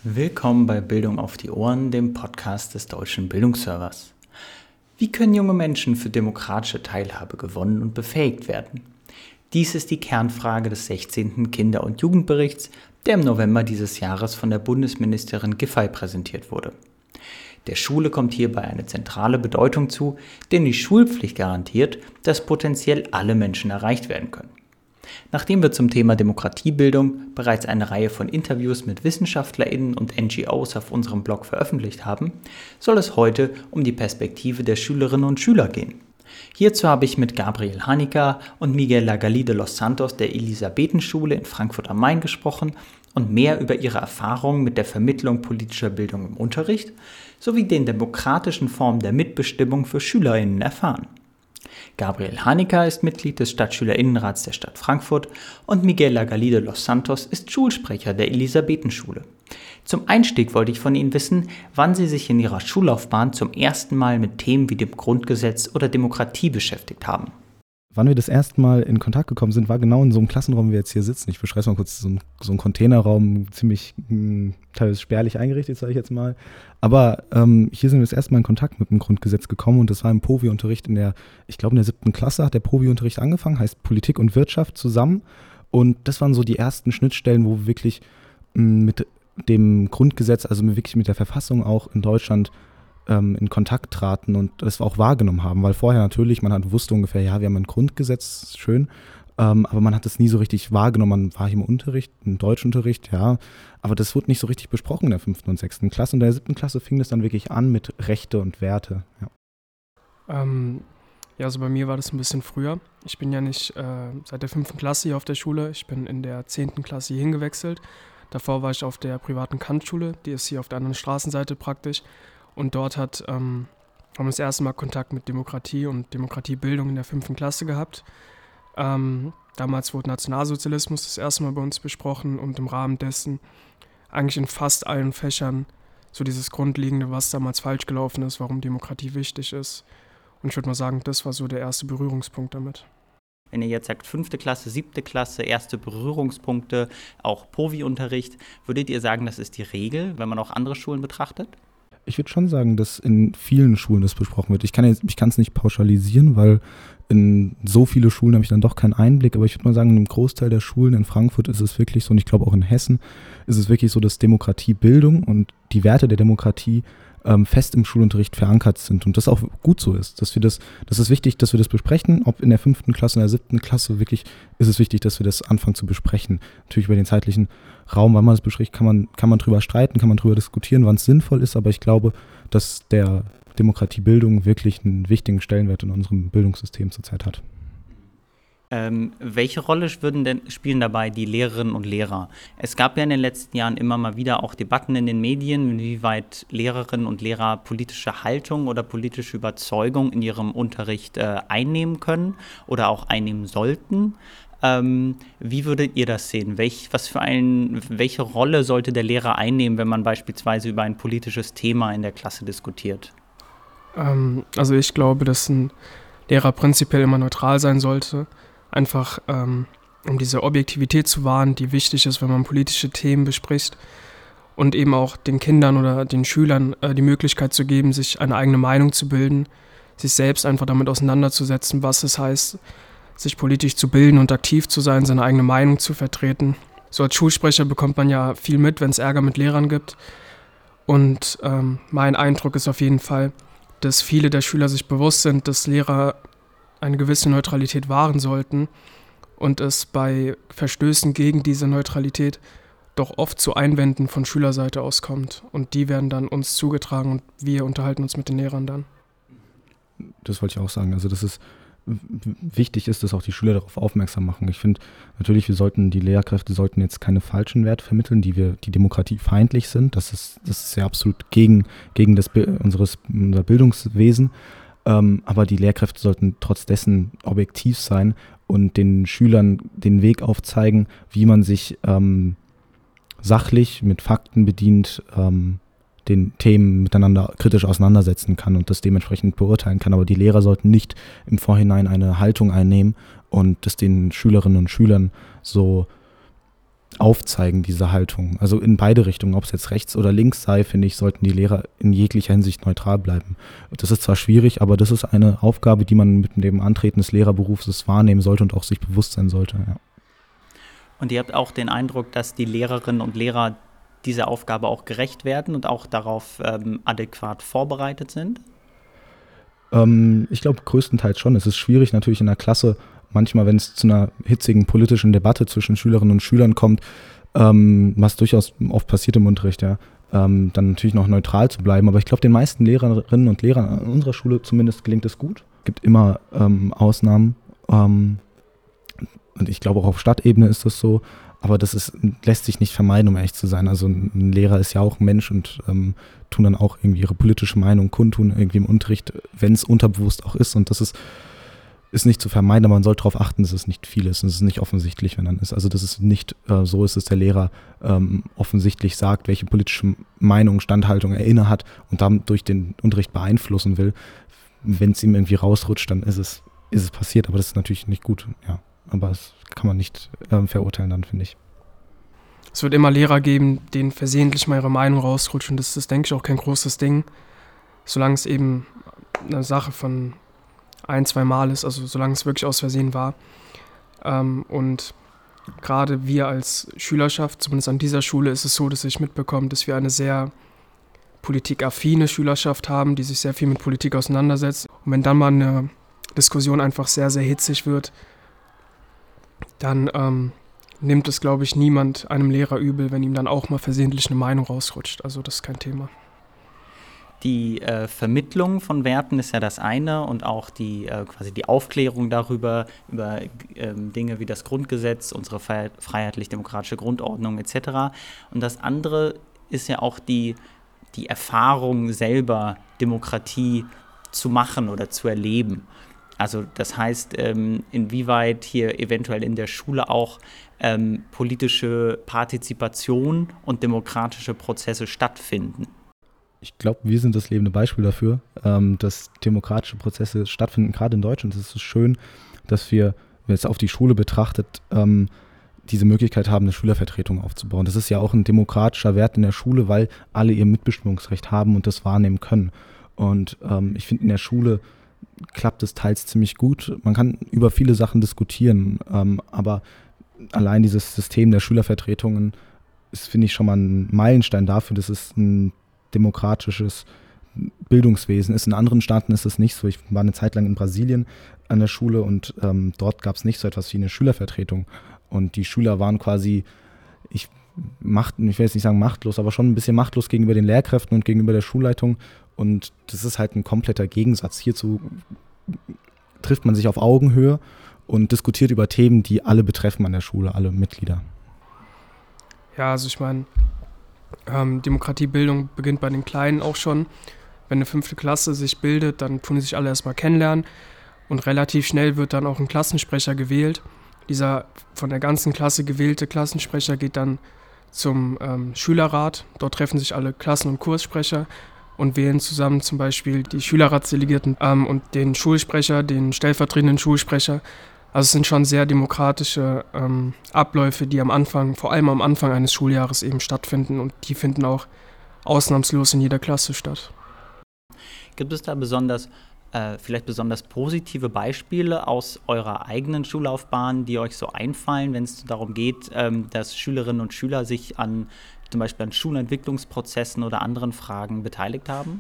Willkommen bei Bildung auf die Ohren, dem Podcast des Deutschen Bildungsservers. Wie können junge Menschen für demokratische Teilhabe gewonnen und befähigt werden? Dies ist die Kernfrage des 16. Kinder- und Jugendberichts, der im November dieses Jahres von der Bundesministerin Giffey präsentiert wurde. Der Schule kommt hierbei eine zentrale Bedeutung zu, denn die Schulpflicht garantiert, dass potenziell alle Menschen erreicht werden können. Nachdem wir zum Thema Demokratiebildung bereits eine Reihe von Interviews mit WissenschaftlerInnen und NGOs auf unserem Blog veröffentlicht haben, soll es heute um die Perspektive der Schülerinnen und Schüler gehen. Hierzu habe ich mit Gabriel Hanika und Miguel Lagalí de los Santos der Elisabethenschule in Frankfurt am Main gesprochen und mehr über ihre Erfahrungen mit der Vermittlung politischer Bildung im Unterricht sowie den demokratischen Formen der Mitbestimmung für SchülerInnen erfahren. Gabriel Hanika ist Mitglied des Stadtschülerinnenrats der Stadt Frankfurt und Miguel Lagalí de los Santos ist Schulsprecher der Elisabethenschule. Zum Einstieg wollte ich von Ihnen wissen, wann Sie sich in Ihrer Schullaufbahn zum ersten Mal mit Themen wie dem Grundgesetz oder Demokratie beschäftigt haben. Wann wir das erste Mal in Kontakt gekommen sind, war genau in so einem Klassenraum, wie wir jetzt hier sitzen. Ich beschreibe es mal kurz, so ein Containerraum, ziemlich teilweise spärlich eingerichtet, sage ich jetzt mal. Aber hier sind wir das erste Mal in Kontakt mit dem Grundgesetz gekommen und das war im POVI-Unterricht in der 7. Klasse hat der POVI-Unterricht angefangen, heißt Politik und Wirtschaft zusammen. Und das waren so die ersten Schnittstellen, wo wir wirklich mit dem Grundgesetz, also wirklich mit der Verfassung auch in Deutschland in Kontakt traten und das auch wahrgenommen haben, weil vorher natürlich, wusste ungefähr, ja, wir haben ein Grundgesetz, schön, aber man hat es nie so richtig wahrgenommen, man war hier im Unterricht, im Deutschunterricht, ja, aber das wurde nicht so richtig besprochen in der 5. und 6. Klasse und in der 7. Klasse fing das dann wirklich an mit Rechte und Werte, ja. Also bei mir war das ein bisschen früher. Ich bin ja nicht seit der 5. Klasse hier auf der Schule, ich bin in der 10. Klasse hier hingewechselt. Davor war ich auf der privaten Kantschule, die ist hier auf der anderen Straßenseite praktisch. Und dort haben wir das erste Mal Kontakt mit Demokratie und Demokratiebildung in der 5. Klasse gehabt. Damals wurde Nationalsozialismus das erste Mal bei uns besprochen und im Rahmen dessen eigentlich in fast allen Fächern so dieses Grundlegende, was damals falsch gelaufen ist, warum Demokratie wichtig ist. Und ich würde mal sagen, das war so der erste Berührungspunkt damit. Wenn ihr jetzt sagt 5. Klasse, 7. Klasse, erste Berührungspunkte, auch POVI-Unterricht, würdet ihr sagen, das ist die Regel, wenn man auch andere Schulen betrachtet? Ich würde schon sagen, dass in vielen Schulen das besprochen wird. Ich kann es nicht pauschalisieren, weil in so viele Schulen habe ich dann doch keinen Einblick. Aber ich würde mal sagen, in einem Großteil der Schulen in Frankfurt ist es wirklich so, und ich glaube auch in Hessen, ist es wirklich so, dass Demokratiebildung und die Werte der Demokratie fest im Schulunterricht verankert sind und das auch gut so ist. Das ist wichtig, dass wir das besprechen, ob in der 5. Klasse oder der 7. Klasse wirklich ist es wichtig, dass wir das anfangen zu besprechen. Natürlich über den zeitlichen Raum, wann man das bespricht, kann man drüber streiten, kann man drüber diskutieren, wann es sinnvoll ist, aber ich glaube, dass der Demokratiebildung wirklich einen wichtigen Stellenwert in unserem Bildungssystem zurzeit hat. Welche Rolle spielen dabei die Lehrerinnen und Lehrer? Es gab ja in den letzten Jahren immer mal wieder auch Debatten in den Medien, inwieweit Lehrerinnen und Lehrer politische Haltung oder politische Überzeugung in ihrem Unterricht einnehmen können oder auch einnehmen sollten. Wie würdet ihr das sehen? Welche Rolle sollte der Lehrer einnehmen, wenn man beispielsweise über ein politisches Thema in der Klasse diskutiert? Also ich glaube, dass ein Lehrer prinzipiell immer neutral sein sollte. Einfach um diese Objektivität zu wahren, die wichtig ist, wenn man politische Themen bespricht und eben auch den Kindern oder den Schülern die Möglichkeit zu geben, sich eine eigene Meinung zu bilden, sich selbst einfach damit auseinanderzusetzen, was es heißt, sich politisch zu bilden und aktiv zu sein, seine eigene Meinung zu vertreten. So als Schulsprecher bekommt man ja viel mit, wenn es Ärger mit Lehrern gibt. Und mein Eindruck ist auf jeden Fall, dass viele der Schüler sich bewusst sind, dass Lehrer eine gewisse Neutralität wahren sollten und es bei Verstößen gegen diese Neutralität doch oft zu Einwänden von Schülerseite auskommt. Und die werden dann uns zugetragen und wir unterhalten uns mit den Lehrern dann. Das wollte ich auch sagen. Also wichtig ist, dass auch die Schüler darauf aufmerksam machen. Ich finde natürlich, die Lehrkräfte sollten jetzt keine falschen Werte vermitteln, die demokratiefeindlich sind. Das ist ja absolut gegen unser Bildungswesen. Aber die Lehrkräfte sollten trotz dessen objektiv sein und den Schülern den Weg aufzeigen, wie man sich sachlich mit Fakten bedient den Themen miteinander kritisch auseinandersetzen kann und das dementsprechend beurteilen kann. Aber die Lehrer sollten nicht im Vorhinein eine Haltung einnehmen und das den Schülerinnen und Schülern so aufzeigen, diese Haltung. Also in beide Richtungen, ob es jetzt rechts oder links sei, finde ich, sollten die Lehrer in jeglicher Hinsicht neutral bleiben. Das ist zwar schwierig, aber das ist eine Aufgabe, die man mit dem Antreten des Lehrerberufs wahrnehmen sollte und auch sich bewusst sein sollte. Ja. Und ihr habt auch den Eindruck, dass die Lehrerinnen und Lehrer dieser Aufgabe auch gerecht werden und auch darauf adäquat vorbereitet sind? Ich glaube größtenteils schon. Es ist schwierig natürlich in der Klasse, manchmal, wenn es zu einer hitzigen politischen Debatte zwischen Schülerinnen und Schülern kommt, was durchaus oft passiert im Unterricht, ja, dann natürlich noch neutral zu bleiben. Aber ich glaube, den meisten Lehrerinnen und Lehrern an unserer Schule zumindest gelingt es gut. Es gibt immer Ausnahmen. Und ich glaube, auch auf Stadtebene ist das so. Aber lässt sich nicht vermeiden, um ehrlich zu sein. Also ein Lehrer ist ja auch ein Mensch und tun dann auch irgendwie ihre politische Meinung kundtun, irgendwie im Unterricht, wenn es unterbewusst auch ist. Und das ist nicht zu vermeiden, aber man sollte darauf achten, dass es nicht viel ist und es ist nicht offensichtlich, wenn dann ist. Also dass es nicht so ist, dass der Lehrer offensichtlich sagt, welche politische Meinung, Standhaltung er inne hat und dann durch den Unterricht beeinflussen will. Wenn es ihm irgendwie rausrutscht, dann ist es passiert, aber das ist natürlich nicht gut, ja. Aber das kann man nicht verurteilen dann, finde ich. Es wird immer Lehrer geben, denen versehentlich mal ihre Meinung rausrutscht und das ist, denke ich, auch kein großes Ding, solange es eben eine Sache von 1-2 Mal ist, also solange es wirklich aus Versehen war. Und gerade wir als Schülerschaft, zumindest an dieser Schule, ist es so, dass ich mitbekomme, dass wir eine sehr politikaffine Schülerschaft haben, die sich sehr viel mit Politik auseinandersetzt. Und wenn dann mal eine Diskussion einfach sehr, sehr hitzig wird, dann nimmt es, glaube ich, niemand einem Lehrer übel, wenn ihm dann auch mal versehentlich eine Meinung rausrutscht. Also das ist kein Thema. Die Vermittlung von Werten ist ja das eine und auch quasi die Aufklärung darüber, über Dinge wie das Grundgesetz, unsere freiheitlich-demokratische Grundordnung etc. Und das andere ist ja auch die Erfahrung selber, Demokratie zu machen oder zu erleben. Also das heißt, inwieweit hier eventuell in der Schule auch politische Partizipation und demokratische Prozesse stattfinden. Ich glaube, wir sind das lebende Beispiel dafür, dass demokratische Prozesse stattfinden, gerade in Deutschland. Es ist schön, dass wir, wenn es auf die Schule betrachtet, diese Möglichkeit haben, eine Schülervertretung aufzubauen. Das ist ja auch ein demokratischer Wert in der Schule, weil alle ihr Mitbestimmungsrecht haben und das wahrnehmen können. Und ich finde, in der Schule klappt es teils ziemlich gut. Man kann über viele Sachen diskutieren, aber allein dieses System der Schülervertretungen ist, finde ich, schon mal ein Meilenstein dafür, dass es ein demokratisches Bildungswesen ist. In anderen Staaten ist es nicht so. Ich war eine Zeit lang in Brasilien an der Schule und dort gab es nicht so etwas wie eine Schülervertretung. Und die Schüler waren quasi, ich will jetzt nicht sagen machtlos, aber schon ein bisschen machtlos gegenüber den Lehrkräften und gegenüber der Schulleitung. Und das ist halt ein kompletter Gegensatz. Hierzu trifft man sich auf Augenhöhe und diskutiert über Themen, die alle betreffen an der Schule, alle Mitglieder. Ja, also ich meine, Demokratiebildung beginnt bei den Kleinen auch schon. Wenn eine 5. Klasse sich bildet, dann tun sich alle erstmal kennenlernen und relativ schnell wird dann auch ein Klassensprecher gewählt. Dieser von der ganzen Klasse gewählte Klassensprecher geht dann zum Schülerrat. Dort treffen sich alle Klassen- und Kurssprecher und wählen zusammen zum Beispiel die Schülerratsdelegierten und den Schulsprecher, den stellvertretenden Schulsprecher. Also es sind schon sehr demokratische Abläufe, die vor allem am Anfang eines Schuljahres eben stattfinden und die finden auch ausnahmslos in jeder Klasse statt. Gibt es da vielleicht besonders positive Beispiele aus eurer eigenen Schullaufbahn, die euch so einfallen, wenn es darum geht, dass Schülerinnen und Schüler sich zum Beispiel an Schulentwicklungsprozessen oder anderen Fragen beteiligt haben?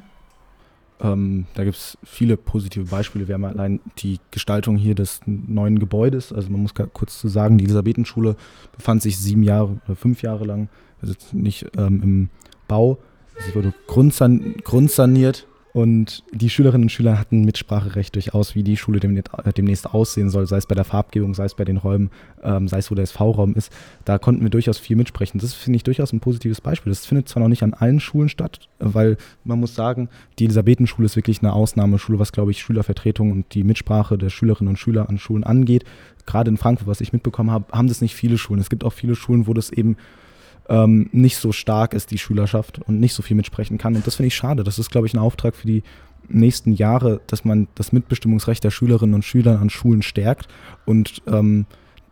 Da gibt es viele positive Beispiele. Wir haben allein die Gestaltung hier des neuen Gebäudes. Also man muss kurz zu sagen, die Elisabethenschule befand sich 7 Jahre oder 5 Jahre lang, also nicht im Bau. Sie wurde grundsaniert und die Schülerinnen und Schüler hatten Mitspracherecht durchaus, wie die Schule demnächst aussehen soll, sei es bei der Farbgebung, sei es bei den Räumen, sei es wo der SV-Raum ist. Da konnten wir durchaus viel mitsprechen. Das finde ich durchaus ein positives Beispiel. Das findet zwar noch nicht an allen Schulen statt, weil man muss sagen, die Elisabethenschule ist wirklich eine Ausnahmeschule, was, glaube ich, Schülervertretung und die Mitsprache der Schülerinnen und Schüler an Schulen angeht. Gerade in Frankfurt, was ich mitbekommen habe, haben das nicht viele Schulen. Es gibt auch viele Schulen, wo das eben nicht so stark ist, die Schülerschaft, und nicht so viel mitsprechen kann. Und das finde ich schade. Das ist, glaube ich, ein Auftrag für die nächsten Jahre, dass man das Mitbestimmungsrecht der Schülerinnen und Schüler an Schulen stärkt und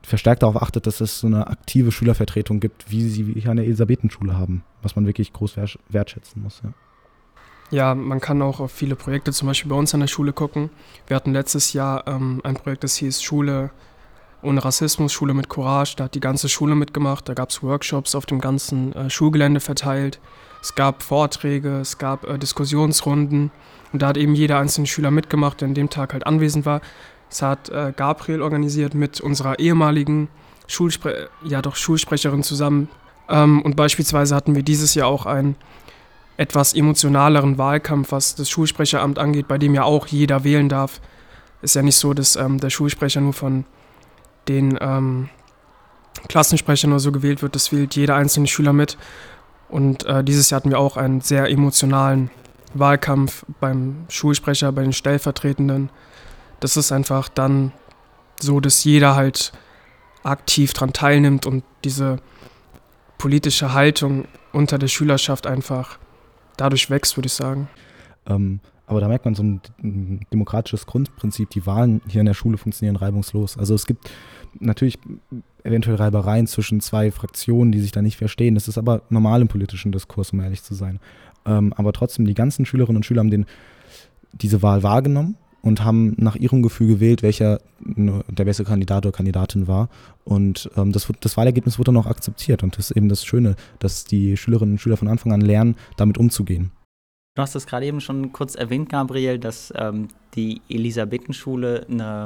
verstärkt darauf achtet, dass es so eine aktive Schülervertretung gibt, wie sie hier an der Elisabethenschule haben, was man wirklich groß wertschätzen muss. Ja. Ja, man kann auch auf viele Projekte zum Beispiel bei uns an der Schule gucken. Wir hatten letztes Jahr ein Projekt, das hieß Schule ohne Rassismus, Schule mit Courage. Da hat die ganze Schule mitgemacht. Da gab es Workshops auf dem ganzen Schulgelände verteilt. Es gab Vorträge, es gab Diskussionsrunden. Und da hat eben jeder einzelne Schüler mitgemacht, der an dem Tag halt anwesend war. Das hat Gabriel organisiert mit unserer ehemaligen Schulsprecherin zusammen. Und beispielsweise hatten wir dieses Jahr auch einen etwas emotionaleren Wahlkampf, was das Schulsprecheramt angeht, bei dem ja auch jeder wählen darf. Ist ja nicht so, dass der Schulsprecher nur von den Klassensprechern oder so gewählt wird. Das wählt jeder einzelne Schüler mit. Und dieses Jahr hatten wir auch einen sehr emotionalen Wahlkampf beim Schulsprecher, bei den Stellvertretenden. Das ist einfach dann so, dass jeder halt aktiv daran teilnimmt und diese politische Haltung unter der Schülerschaft einfach dadurch wächst, würde ich sagen. Aber da merkt man so ein demokratisches Grundprinzip. Die Wahlen hier in der Schule funktionieren reibungslos. Also es gibt natürlich eventuell Reibereien zwischen zwei Fraktionen, die sich da nicht verstehen. Das ist aber normal im politischen Diskurs, um ehrlich zu sein. Aber trotzdem, die ganzen Schülerinnen und Schüler haben diese Wahl wahrgenommen und haben nach ihrem Gefühl gewählt, welcher der beste Kandidat oder Kandidatin war. Und das Wahlergebnis wurde dann auch akzeptiert. Und das ist eben das Schöne, dass die Schülerinnen und Schüler von Anfang an lernen, damit umzugehen. Du hast es gerade eben schon kurz erwähnt, Gabriel, dass die Elisabethenschule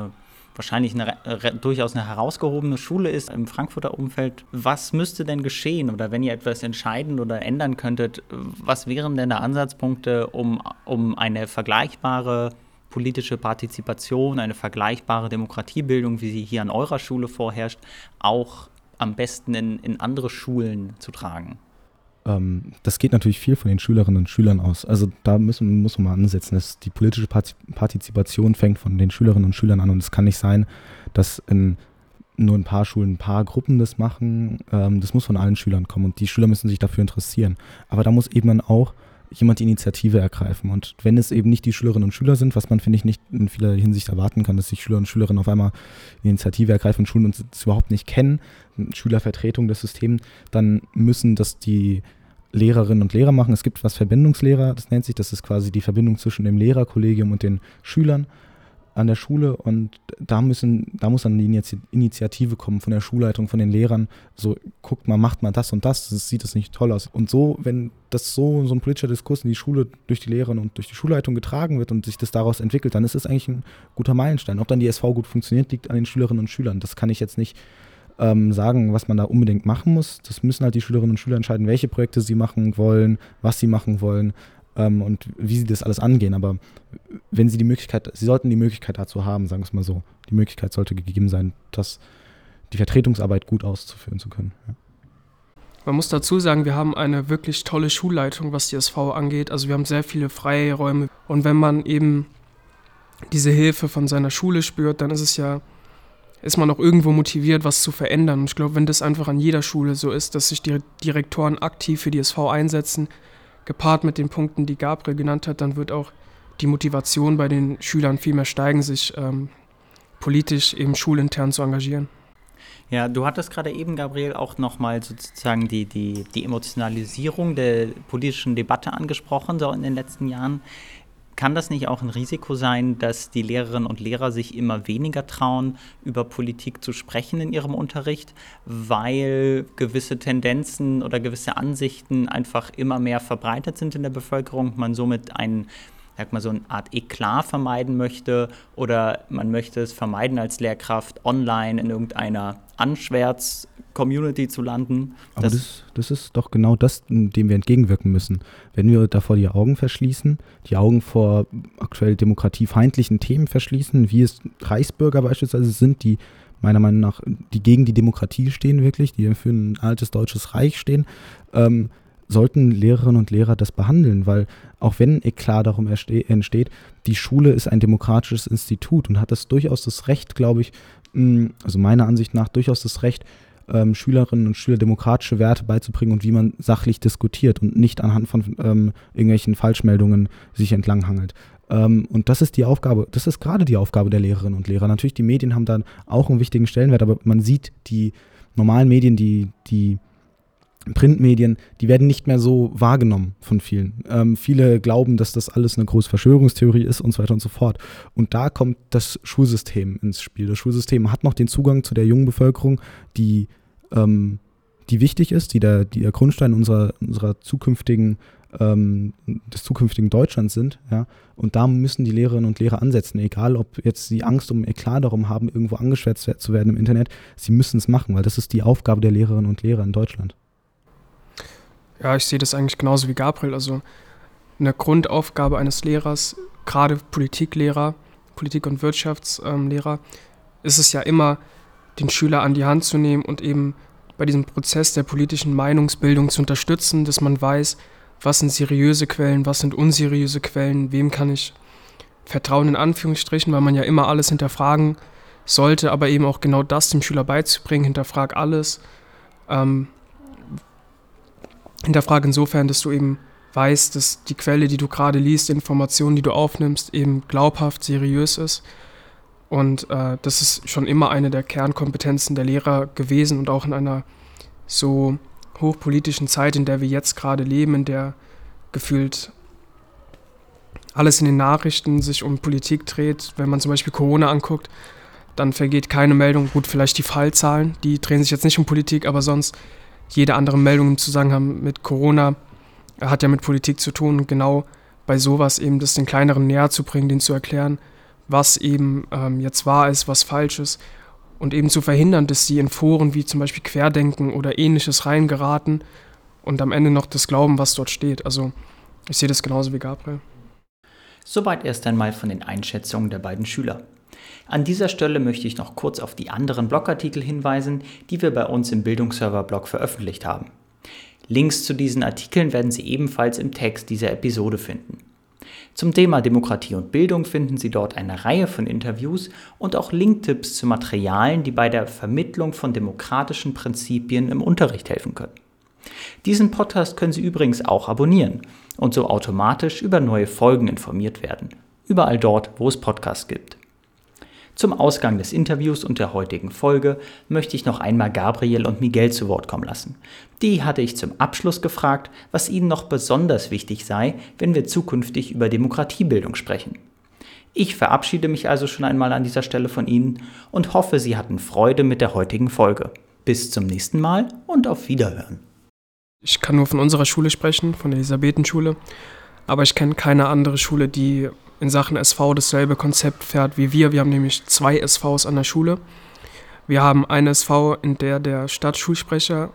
durchaus eine herausgehobene Schule ist im Frankfurter Umfeld. Was müsste denn geschehen, oder wenn ihr etwas entscheiden oder ändern könntet, was wären denn da Ansatzpunkte, um eine vergleichbare politische Partizipation, eine vergleichbare Demokratiebildung, wie sie hier an eurer Schule vorherrscht, auch am besten in andere Schulen zu tragen? Das geht natürlich viel von den Schülerinnen und Schülern aus. Also da muss man mal ansetzen. Die politische Partizipation fängt von den Schülerinnen und Schülern an, und es kann nicht sein, dass nur ein paar Schulen, ein paar Gruppen das machen. Das muss von allen Schülern kommen, und die Schüler müssen sich dafür interessieren. Aber da muss eben dann auch jemand die Initiative ergreifen. Und wenn es eben nicht die Schülerinnen und Schüler sind, was man, finde ich, nicht in vieler Hinsicht erwarten kann, dass sich Schüler und Schülerinnen auf einmal die Initiative ergreifen und Schulen uns überhaupt nicht kennen, Schülervertretung des Systems, dann müssen das die Lehrerinnen und Lehrer machen. Es gibt was Verbindungslehrer, das nennt sich, das ist quasi die Verbindung zwischen dem Lehrerkollegium und den Schülern an der Schule, und da muss dann die Initiative kommen von der Schulleitung, von den Lehrern, so, guckt mal, macht mal das und das sieht das nicht toll aus. Und so, wenn das so ein politischer Diskurs in die Schule durch die Lehrer und durch die Schulleitung getragen wird und sich das daraus entwickelt, dann ist es eigentlich ein guter Meilenstein. Ob dann die SV gut funktioniert, liegt an den Schülerinnen und Schülern. Das kann ich jetzt nicht sagen, was man da unbedingt machen muss. Das müssen halt die Schülerinnen und Schüler entscheiden, welche Projekte sie machen wollen, was sie machen wollen. Und wie sie das alles angehen. Aber wenn sie sollten die Möglichkeit dazu haben, sagen wir es mal so. Die Möglichkeit sollte gegeben sein, die Vertretungsarbeit gut auszuführen zu können. Ja. Man muss dazu sagen, wir haben eine wirklich tolle Schulleitung, was die SV angeht. Also wir haben sehr viele freie Räume. Und wenn man eben diese Hilfe von seiner Schule spürt, dann ist man auch irgendwo motiviert, was zu verändern. Und ich glaube, wenn das einfach an jeder Schule so ist, dass sich die Direktoren aktiv für die SV einsetzen, gepaart mit den Punkten, die Gabriel genannt hat, dann wird auch die Motivation bei den Schülern viel mehr steigen, sich politisch eben schulintern zu engagieren. Ja, du hattest gerade eben, Gabriel, auch nochmal sozusagen die Emotionalisierung der politischen Debatte angesprochen, so in den letzten Jahren. Kann das nicht auch ein Risiko sein, dass die Lehrerinnen und Lehrer sich immer weniger trauen, über Politik zu sprechen in ihrem Unterricht, weil gewisse Tendenzen oder gewisse Ansichten einfach immer mehr verbreitet sind in der Bevölkerung, man somit so eine Art Eklat vermeiden möchte, oder man möchte es vermeiden, als Lehrkraft online in irgendeiner Anschwärz-Community zu landen? Aber das ist doch genau das, dem wir entgegenwirken müssen. Wenn wir davor die Augen verschließen, die Augen vor aktuell demokratiefeindlichen Themen verschließen, wie es Reichsbürger beispielsweise sind, die meiner Meinung nach, die gegen die Demokratie stehen wirklich, die für ein altes deutsches Reich stehen, sollten Lehrerinnen und Lehrer das behandeln, weil auch wenn Eklat darum entsteht, die Schule ist ein demokratisches Institut und hat das durchaus das Recht, glaube ich, also meiner Ansicht nach durchaus das Recht, Schülerinnen und Schüler demokratische Werte beizubringen und wie man sachlich diskutiert und nicht anhand von irgendwelchen Falschmeldungen sich entlanghangelt. Und das ist gerade die Aufgabe der Lehrerinnen und Lehrer. Natürlich, die Medien haben dann auch einen wichtigen Stellenwert, aber man sieht, die normalen Medien, die Printmedien, die werden nicht mehr so wahrgenommen von vielen. Viele glauben, dass das alles eine große Verschwörungstheorie ist und so weiter und so fort. Und da kommt das Schulsystem ins Spiel. Das Schulsystem hat noch den Zugang zu der jungen Bevölkerung, die wichtig ist, die der Grundstein unserer zukünftigen des zukünftigen Deutschlands sind, ja, und da müssen die Lehrerinnen und Lehrer ansetzen, egal ob jetzt sie Angst um Eklat darum haben, irgendwo angeschwärzt zu werden im Internet, sie müssen es machen, weil das ist die Aufgabe der Lehrerinnen und Lehrer in Deutschland. Ja, ich sehe das eigentlich genauso wie Gabriel, also eine Grundaufgabe eines Lehrers, gerade Politiklehrer, Politik- und Wirtschaftslehrer, ist es ja immer, den Schüler an die Hand zu nehmen und eben bei diesem Prozess der politischen Meinungsbildung zu unterstützen, dass man weiß, was sind seriöse Quellen, was sind unseriöse Quellen, wem kann ich vertrauen in Anführungsstrichen, weil man ja immer alles hinterfragen sollte, aber eben auch genau das dem Schüler beizubringen, hinterfrag alles. Hinterfrag insofern, dass du eben weißt, dass die Quelle, die du gerade liest, die Informationen, die du aufnimmst, eben glaubhaft, seriös ist. Und das ist schon immer eine der Kernkompetenzen der Lehrer gewesen und auch in einer so hochpolitischen Zeit, in der wir jetzt gerade leben, in der gefühlt alles in den Nachrichten sich um Politik dreht. Wenn man zum Beispiel Corona anguckt, dann vergeht keine Meldung, gut, vielleicht die Fallzahlen, die drehen sich jetzt nicht um Politik, aber sonst jede andere Meldung im Zusammenhang mit Corona hat ja mit Politik zu tun. Und genau bei sowas eben das den Kleineren näher zu bringen, denen zu erklären, was eben jetzt wahr ist, was falsch ist. Und eben zu verhindern, dass sie in Foren wie zum Beispiel Querdenken oder Ähnliches reingeraten und am Ende noch das glauben, was dort steht. Also ich sehe das genauso wie Gabriel. Soweit erst einmal von den Einschätzungen der beiden Schüler. An dieser Stelle möchte ich noch kurz auf die anderen Blogartikel hinweisen, die wir bei uns im Bildungsserver-Blog veröffentlicht haben. Links zu diesen Artikeln werden Sie ebenfalls im Text dieser Episode finden. Zum Thema Demokratie und Bildung finden Sie dort eine Reihe von Interviews und auch Linktipps zu Materialien, die bei der Vermittlung von demokratischen Prinzipien im Unterricht helfen können. Diesen Podcast können Sie übrigens auch abonnieren und so automatisch über neue Folgen informiert werden. Überall dort, wo es Podcasts gibt. Zum Ausgang des Interviews und der heutigen Folge möchte ich noch einmal Gabriel und Miguel zu Wort kommen lassen. Die hatte ich zum Abschluss gefragt, was ihnen noch besonders wichtig sei, wenn wir zukünftig über Demokratiebildung sprechen. Ich verabschiede mich also schon einmal an dieser Stelle von Ihnen und hoffe, Sie hatten Freude mit der heutigen Folge. Bis zum nächsten Mal und auf Wiederhören. Ich kann nur von unserer Schule sprechen, von der Elisabethenschule, aber ich kenne keine andere Schule, die in Sachen SV dasselbe Konzept fährt wie wir. Wir haben nämlich 2 SVs an der Schule. Wir haben eine SV, in der der Schulsprecher,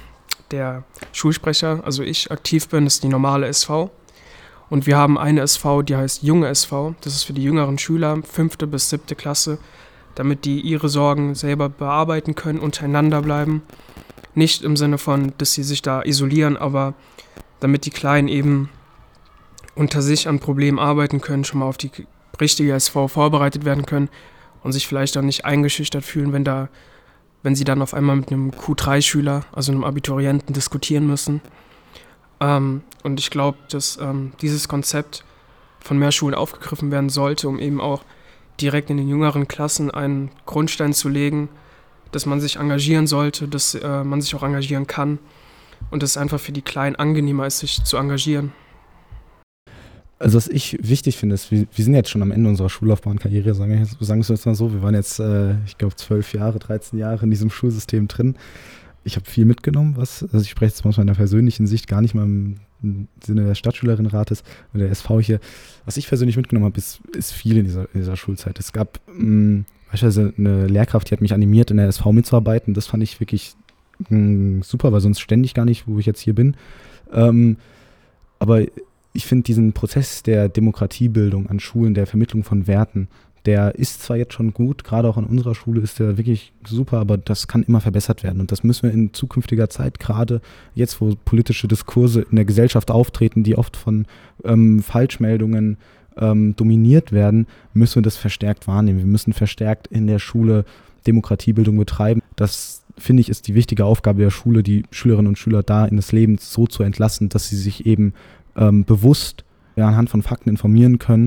also ich, aktiv bin, das ist die normale SV. Und wir haben eine SV, die heißt Junge SV. Das ist für die jüngeren Schüler, 5. bis 7. Klasse, damit die ihre Sorgen selber bearbeiten können, untereinander bleiben. Nicht im Sinne von, dass sie sich da isolieren, aber damit die Kleinen eben unter sich an Problemen arbeiten können, schon mal auf die richtige SV vorbereitet werden können und sich vielleicht auch nicht eingeschüchtert fühlen, wenn sie dann auf einmal mit einem Q3-Schüler, also einem Abiturienten, diskutieren müssen. Und ich glaube, dass dieses Konzept von mehr Schulen aufgegriffen werden sollte, um eben auch direkt in den jüngeren Klassen einen Grundstein zu legen, dass man sich engagieren sollte, dass man sich auch engagieren kann und dass es einfach für die Kleinen angenehmer ist, sich zu engagieren. Also was ich wichtig finde, ist, wir sind jetzt schon am Ende unserer Schullaufbahnkarriere, sagen wir es jetzt mal so. Wir waren jetzt, ich glaube, 12 Jahre, 13 Jahre in diesem Schulsystem drin. Ich habe viel mitgenommen, also ich spreche jetzt mal aus meiner persönlichen Sicht, gar nicht mal im Sinne des Stadtschülerinnenrates oder der SV hier. Was ich persönlich mitgenommen habe, ist viel in dieser Schulzeit. Es gab beispielsweise eine Lehrkraft, die hat mich animiert, in der SV mitzuarbeiten. Das fand ich wirklich super, weil sonst stände ich gar nicht, wo ich jetzt hier bin. Aber ich finde diesen Prozess der Demokratiebildung an Schulen, der Vermittlung von Werten, der ist zwar jetzt schon gut, gerade auch an unserer Schule ist der wirklich super, aber das kann immer verbessert werden. Und das müssen wir in zukünftiger Zeit, gerade jetzt, wo politische Diskurse in der Gesellschaft auftreten, die oft von Falschmeldungen dominiert werden, müssen wir das verstärkt wahrnehmen. Wir müssen verstärkt in der Schule Demokratiebildung betreiben. Das, finde ich, ist die wichtige Aufgabe der Schule, die Schülerinnen und Schüler da in das Leben so zu entlassen, dass sie sich eben bewusst anhand von Fakten informieren können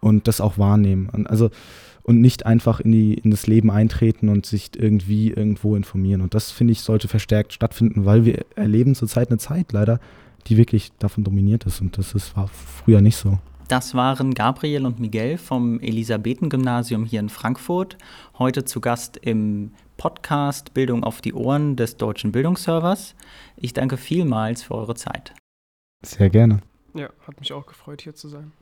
und das auch wahrnehmen. Und nicht einfach in das Leben eintreten und sich irgendwie irgendwo informieren. Und das, finde ich, sollte verstärkt stattfinden, weil wir erleben zurzeit eine Zeit leider, die wirklich davon dominiert ist. Und war früher nicht so. Das waren Gabriel und Miguel vom Elisabethengymnasium hier in Frankfurt. Heute zu Gast im Podcast Bildung auf die Ohren des Deutschen Bildungsservers. Ich danke vielmals für eure Zeit. Sehr gerne. Ja, hat mich auch gefreut, hier zu sein.